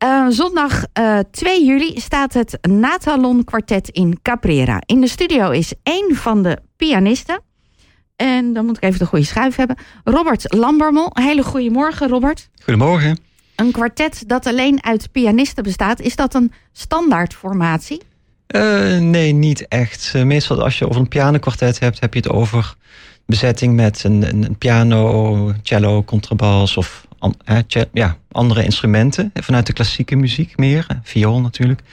Zondag 2 juli staat het Nathalon Kwartet in Caprera. In de studio is één van de pianisten. En dan moet ik even de goede schuif hebben. Robert Lambermol. Hele goede morgen, Robert. Goedemorgen. Een kwartet dat alleen uit pianisten bestaat. Is dat een standaardformatie? Nee, niet echt. Meestal als je over een pianokwartet hebt, heb je het over bezetting met een piano, cello, contrabas of andere instrumenten. Vanuit de klassieke muziek meer. Viool natuurlijk.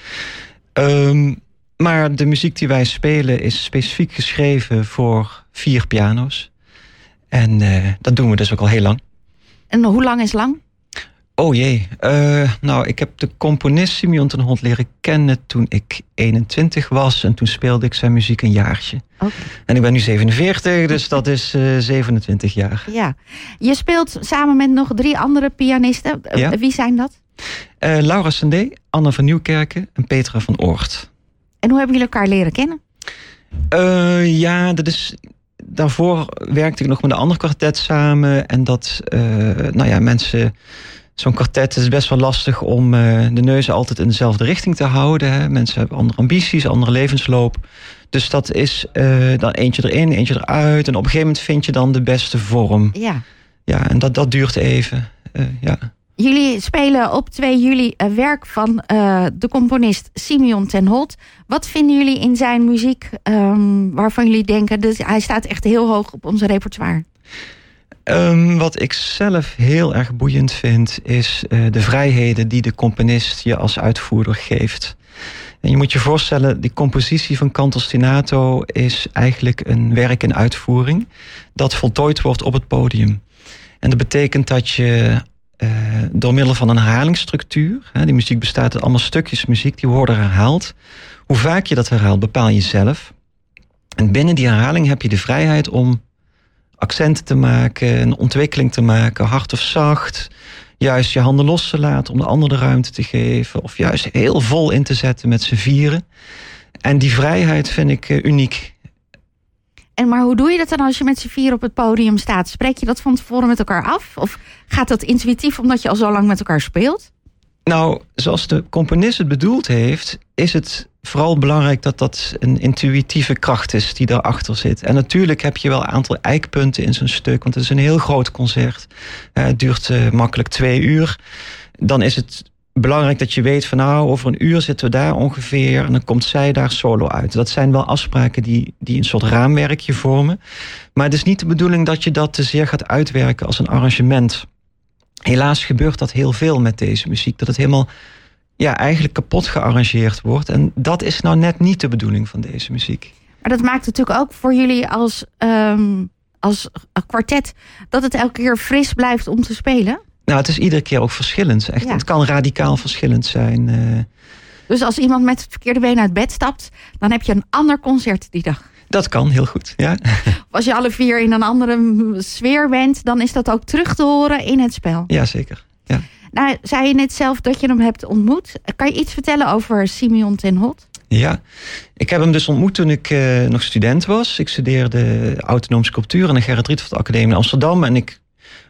Maar de muziek die wij spelen is specifiek geschreven voor 4 piano's. En dat doen we dus ook al heel lang. En hoe lang is lang? Oh jee. Ik heb de componist Simeon ten Holt leren kennen toen ik 21 was. En toen speelde ik zijn muziek een jaartje. Okay. En ik ben nu 47, dus dat is 27 jaar. Ja. Je speelt samen met nog 3 andere pianisten. Ja. Wie zijn dat? Laura Sendé, Anne van Nieuwkerken en Petra van Oort. En hoe hebben jullie elkaar leren kennen? Dat is... Daarvoor werkte ik nog met een ander kwartet samen. En dat, mensen... Zo'n kwartet is best wel lastig om de neuzen altijd in dezelfde richting te houden. Hè. Mensen hebben andere ambities, andere levensloop. Dus dat is dan eentje erin, eentje eruit. En op een gegeven moment vind je dan de beste vorm. Ja. Ja, en dat duurt even. Jullie spelen op 2 juli werk van de componist Simeon ten Holt. Wat vinden jullie in zijn muziek waarvan jullie denken... Dus hij staat echt heel hoog op ons repertoire? Wat ik zelf heel erg boeiend vind... is de vrijheden die de componist je als uitvoerder geeft. En je moet je voorstellen, die compositie van Canto Ostinato... is eigenlijk een werk in uitvoering... dat voltooid wordt op het podium. En dat betekent dat je... door middel van een herhalingsstructuur... die muziek bestaat uit allemaal stukjes muziek... die worden herhaald. Hoe vaak je dat herhaalt, bepaal je zelf. En binnen die herhaling heb je de vrijheid om... accenten te maken, een ontwikkeling te maken... hard of zacht, juist je handen los te laten... om de ander de ruimte te geven... of juist heel vol in te zetten met z'n vieren. En die vrijheid vind ik uniek... Maar hoe doe je dat dan als je met z'n 4 op het podium staat? Spreek je dat van tevoren met elkaar af? Of gaat dat intuïtief omdat je al zo lang met elkaar speelt? Nou, zoals de componist het bedoeld heeft... is het vooral belangrijk dat dat een intuïtieve kracht is die daarachter zit. En natuurlijk heb je wel een aantal eikpunten in zo'n stuk... want het is een heel groot concert. Het duurt makkelijk 2 uur. Dan is het... belangrijk dat je weet van over een uur zitten we daar ongeveer... en dan komt zij daar solo uit. Dat zijn wel afspraken die een soort raamwerkje vormen. Maar het is niet de bedoeling dat je dat te zeer gaat uitwerken als een arrangement. Helaas gebeurt dat heel veel met deze muziek. Dat het helemaal eigenlijk kapot gearrangeerd wordt. En dat is nou net niet de bedoeling van deze muziek. Maar dat maakt natuurlijk ook voor jullie als kwartet... dat het elke keer fris blijft om te spelen? Nou, het is iedere keer ook verschillend. Echt, ja. Het kan radicaal verschillend zijn. Dus als iemand met het verkeerde been uit bed stapt... dan heb je een ander concert die dag? Dat kan, heel goed, ja. Of als je alle 4 in een andere sfeer bent... dan is dat ook terug te horen in het spel? Ja, zeker. Ja. Nou, zei je net zelf dat je hem hebt ontmoet. Kan je iets vertellen over Simeon ten Holt? Ja, ik heb hem dus ontmoet toen ik nog student was. Ik studeerde autonome sculptuur aan de Gerrit Rietveld Academie in Amsterdam. En ik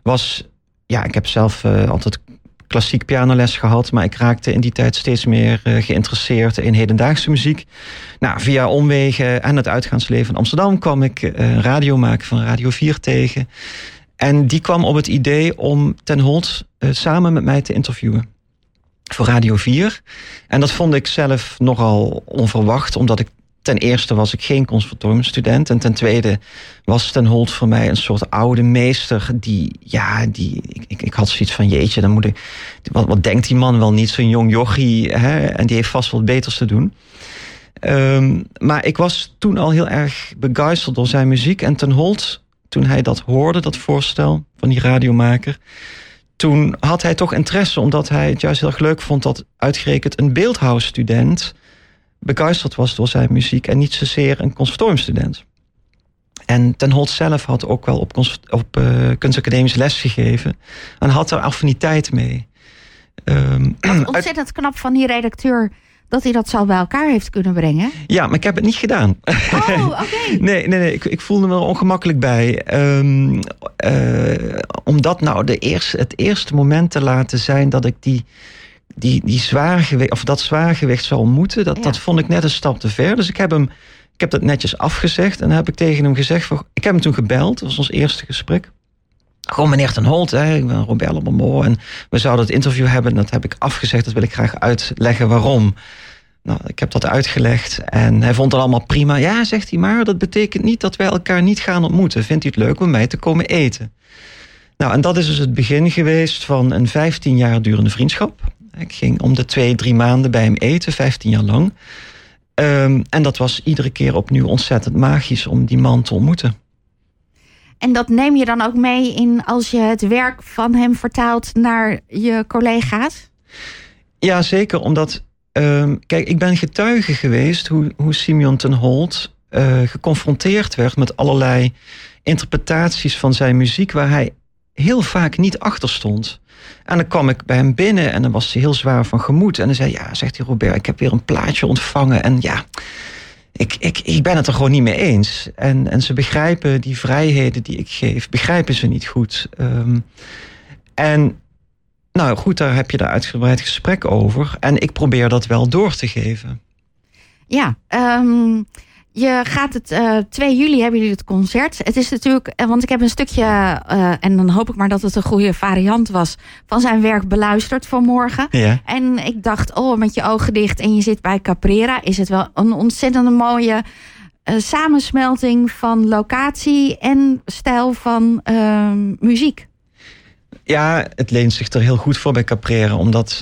heb zelf altijd klassiek pianoles gehad... maar ik raakte in die tijd steeds meer geïnteresseerd in hedendaagse muziek. Nou, via omwegen en het uitgaansleven in Amsterdam... kwam ik een radiomaker van Radio 4 tegen. En die kwam op het idee om ten Holt samen met mij te interviewen. Voor Radio 4. En dat vond ik zelf nogal onverwacht... omdat ik ten eerste was ik geen conservatoriumstudent... en ten tweede was ten Holt voor mij een soort oude meester... Ik had zoiets van, jeetje, dan moet ik... Wat denkt die man wel niet, zo'n jong jochie... Hè? En die heeft vast wat beters te doen. Maar ik was toen al heel erg begeisterd door zijn muziek... en ten Holt, toen hij dat hoorde, dat voorstel van die radiomaker... toen had hij toch interesse, omdat hij het juist heel erg leuk vond... dat uitgerekend een beeldhouwstudent... begeisterd was door zijn muziek en niet zozeer een conservatoriumstudent. En ten Holt zelf had ook wel op kunstacademisch les gegeven en had er affiniteit mee. Ontzettend knap van die redacteur dat hij dat zo bij elkaar heeft kunnen brengen. Ja, maar ik heb het niet gedaan. Oh, oké. Nee, ik voelde me er ongemakkelijk bij. Om dat nou het eerste moment te laten zijn dat ik die die zwaargewicht, of dat zwaargewicht zou moeten, dat vond ik net een stap te ver. Dus ik heb dat netjes afgezegd. En dan heb ik tegen hem gezegd, ik heb hem toen gebeld. Dat was ons eerste gesprek. Gewoon meneer ten Holt, ik ben Robert Lambermont. En we zouden het interview hebben. En dat heb ik afgezegd. Dat wil ik graag uitleggen waarom. Nou, ik heb dat uitgelegd. En hij vond het allemaal prima. Ja, zegt hij, maar dat betekent niet dat wij elkaar niet gaan ontmoeten. Vindt u het leuk om mij te komen eten? Nou, en dat is dus het begin geweest van een 15 jaar durende vriendschap. Ik ging om de 2-3 maanden bij hem eten, 15 jaar lang. En dat was iedere keer opnieuw ontzettend magisch om die man te ontmoeten. En dat neem je dan ook mee in als je het werk van hem vertaalt naar je collega's? Ja, zeker. Omdat, kijk, ik ben getuige geweest hoe Simeon ten Holt geconfronteerd werd met allerlei interpretaties van zijn muziek waar hij heel vaak niet achter stond. En dan kwam ik bij hem binnen en dan was hij heel zwaar van gemoed. En dan zei zegt hij, Robert, ik heb weer een plaatje ontvangen. En ja, ik ben het er gewoon niet mee eens. En ze begrijpen die vrijheden die ik geef, begrijpen ze niet goed. En nou goed, daar heb je daar uitgebreid gesprek over. En ik probeer dat wel door te geven. Ja, je gaat het 2 juli hebben jullie het concert. Het is natuurlijk, want ik heb een stukje, en dan hoop ik maar dat het een goede variant was, van zijn werk beluisterd vanmorgen. Ja. En ik dacht, met je ogen dicht en je zit bij Caprera, is het wel een ontzettend mooie samensmelting van locatie en stijl van muziek. Ja, het leent zich er heel goed voor bij Caprera, omdat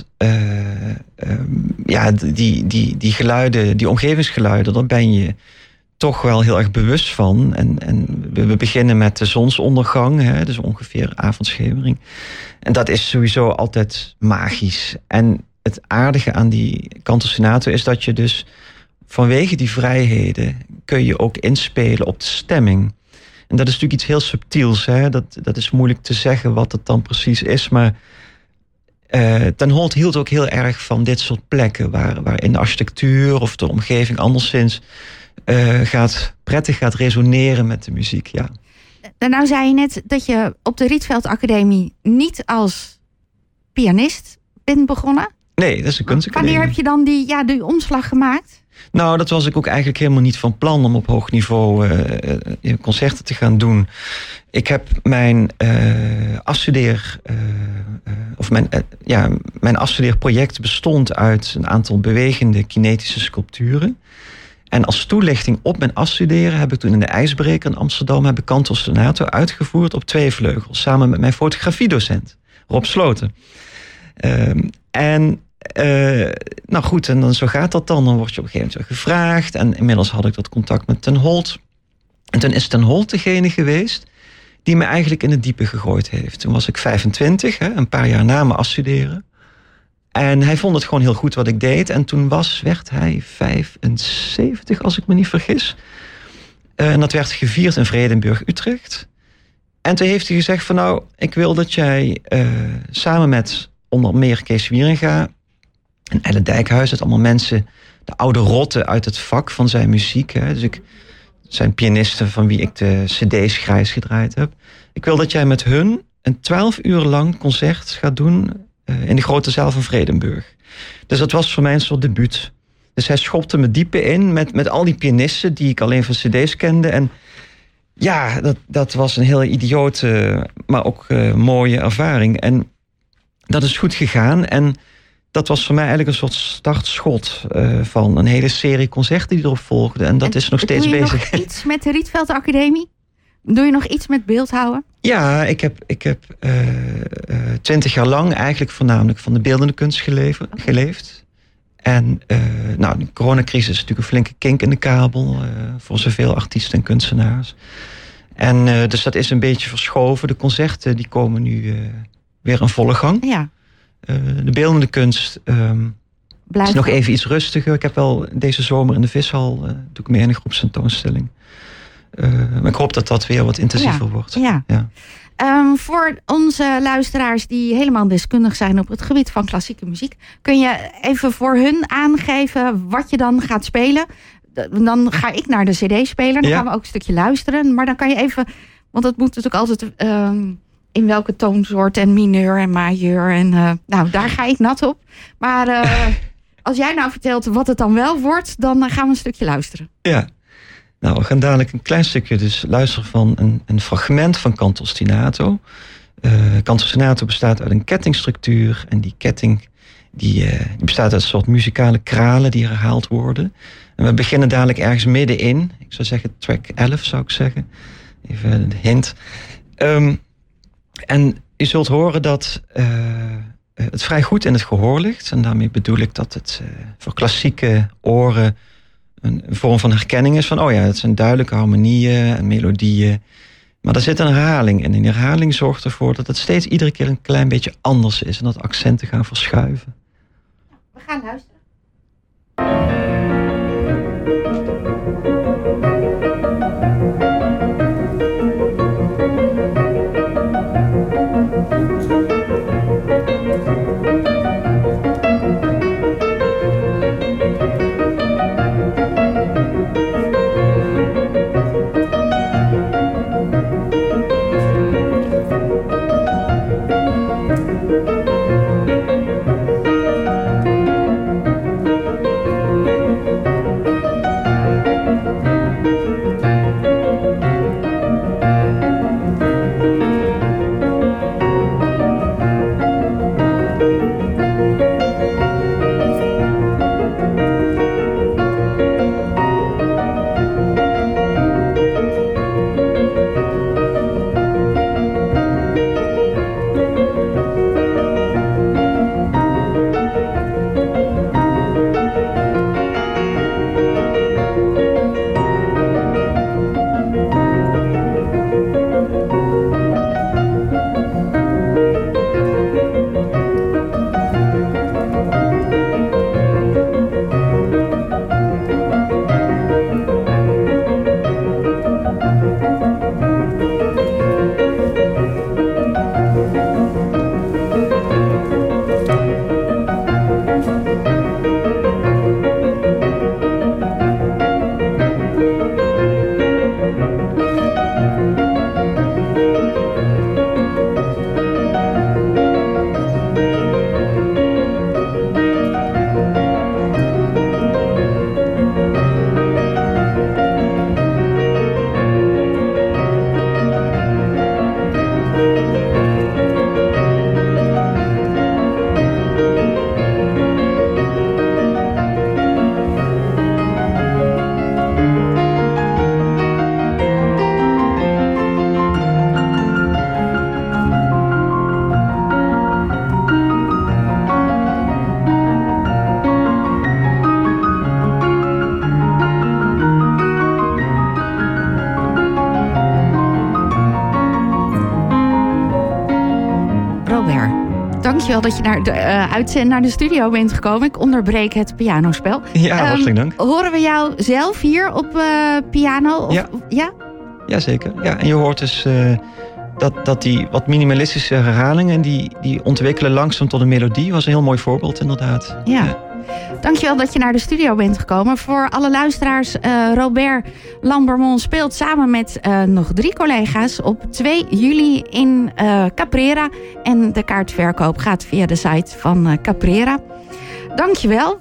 die geluiden, die omgevingsgeluiden, daar ben je toch wel heel erg bewust van. En we beginnen met de zonsondergang, dus ongeveer avondschemering. En dat is sowieso altijd magisch. En het aardige aan die canto senato is dat je dus vanwege die vrijheden kun je ook inspelen op de stemming. En dat is natuurlijk iets heel subtiels. Dat is moeilijk te zeggen wat het dan precies is. Maar ten Holt hield ook heel erg van dit soort plekken waarin de architectuur of de omgeving anderszins prettig gaat resoneren met de muziek. Ja. Nou zei je net dat je op de Rietveld Academie niet als pianist bent begonnen. Nee, dat is een kunstacademie. Wanneer heb je dan die omslag gemaakt? Nou, dat was ik ook eigenlijk helemaal niet van plan om op hoog niveau concerten te gaan doen. Ik heb mijn mijn afstudeerproject bestond uit een aantal bewegende kinetische sculpturen. En als toelichting op mijn afstuderen heb ik toen in de IJsbreker in Amsterdam canto senato uitgevoerd op 2 vleugels, samen met mijn fotografiedocent Rob Sloten. Nou goed, en dan zo gaat dat dan. Dan word je op een gegeven moment gevraagd. En inmiddels had ik dat contact met ten Holt. En toen is ten Holt degene geweest die me eigenlijk in het diepe gegooid heeft. Toen was ik 25, een paar jaar na mijn afstuderen. En hij vond het gewoon heel goed wat ik deed. En toen werd hij 75, als ik me niet vergis. En dat werd gevierd in Vredenburg, Utrecht. En toen heeft hij gezegd van nou, ik wil dat jij samen met onder meer Kees Wieringa en Elle Dijkhuis, het allemaal mensen, de oude rotten uit het vak van zijn muziek. Dus zijn pianisten van wie ik de cd's grijs gedraaid heb. Ik wil dat jij met hun een 12 uur lang concert gaat doen in de grote zaal van Vredenburg. Dus dat was voor mij een soort debuut. Dus hij schopte me diepe in met al die pianisten die ik alleen van cd's kende. En ja, dat was een heel idiote, maar ook mooie ervaring. En dat is goed gegaan. En dat was voor mij eigenlijk een soort startschot van een hele serie concerten die erop volgden. En dat is nog steeds bezig. Doe je nog iets met de Rietveld Academie? Doe je nog iets met beeldhouwen? Ja, ik heb 20 jaar lang eigenlijk voornamelijk van de beeldende kunst geleefd. En de coronacrisis is natuurlijk een flinke kink in de kabel voor zoveel artiesten en kunstenaars. En dus dat is een beetje verschoven. De concerten die komen nu weer in volle gang. Ja. De beeldende kunst is nog even iets rustiger. Ik heb wel deze zomer in de Vishal doe ik mee in een groepstentoonstelling. Maar ik hoop dat dat weer wat intensiever wordt. Ja. Voor onze luisteraars die helemaal deskundig zijn op het gebied van klassieke muziek, kun je even voor hun aangeven wat je dan gaat spelen? Dan ga ik naar de cd-speler, dan gaan we ook een stukje luisteren. Maar dan kan je even, want dat moet natuurlijk altijd in welke toonsoort en mineur en majeur. En nou, daar ga ik nat op. Maar als jij nou vertelt wat het dan wel wordt, dan gaan we een stukje luisteren. Ja, nou, we gaan dadelijk een klein stukje dus luisteren van een fragment van Canto Ostinato. Canto Ostinato bestaat uit een kettingstructuur. En die ketting die bestaat uit een soort muzikale kralen die herhaald worden. En we beginnen dadelijk ergens middenin. Ik zou zeggen track 11 zou ik zeggen. Even een hint. En je zult horen dat het vrij goed in het gehoor ligt. En daarmee bedoel ik dat het voor klassieke oren een vorm van herkenning is. Van het zijn duidelijke harmonieën en melodieën. Maar er zit een herhaling in. En die herhaling zorgt ervoor dat het steeds iedere keer een klein beetje anders is. En dat accenten gaan verschuiven. We gaan luisteren. Dankjewel dat je naar de studio bent gekomen. Ik onderbreek het pianospel. Ja, hartelijk dank. Horen we jou zelf hier op piano? Of, ja? Jazeker. Ja, en je hoort dus dat die wat minimalistische herhalingen, die ontwikkelen langzaam tot een melodie. Was een heel mooi voorbeeld inderdaad. Ja. Dankjewel dat je naar de studio bent gekomen. Voor alle luisteraars, Robert Lambermont speelt samen met nog 3 collega's op 2 juli in Caprera. En de kaartverkoop gaat via de site van Caprera. Dankjewel.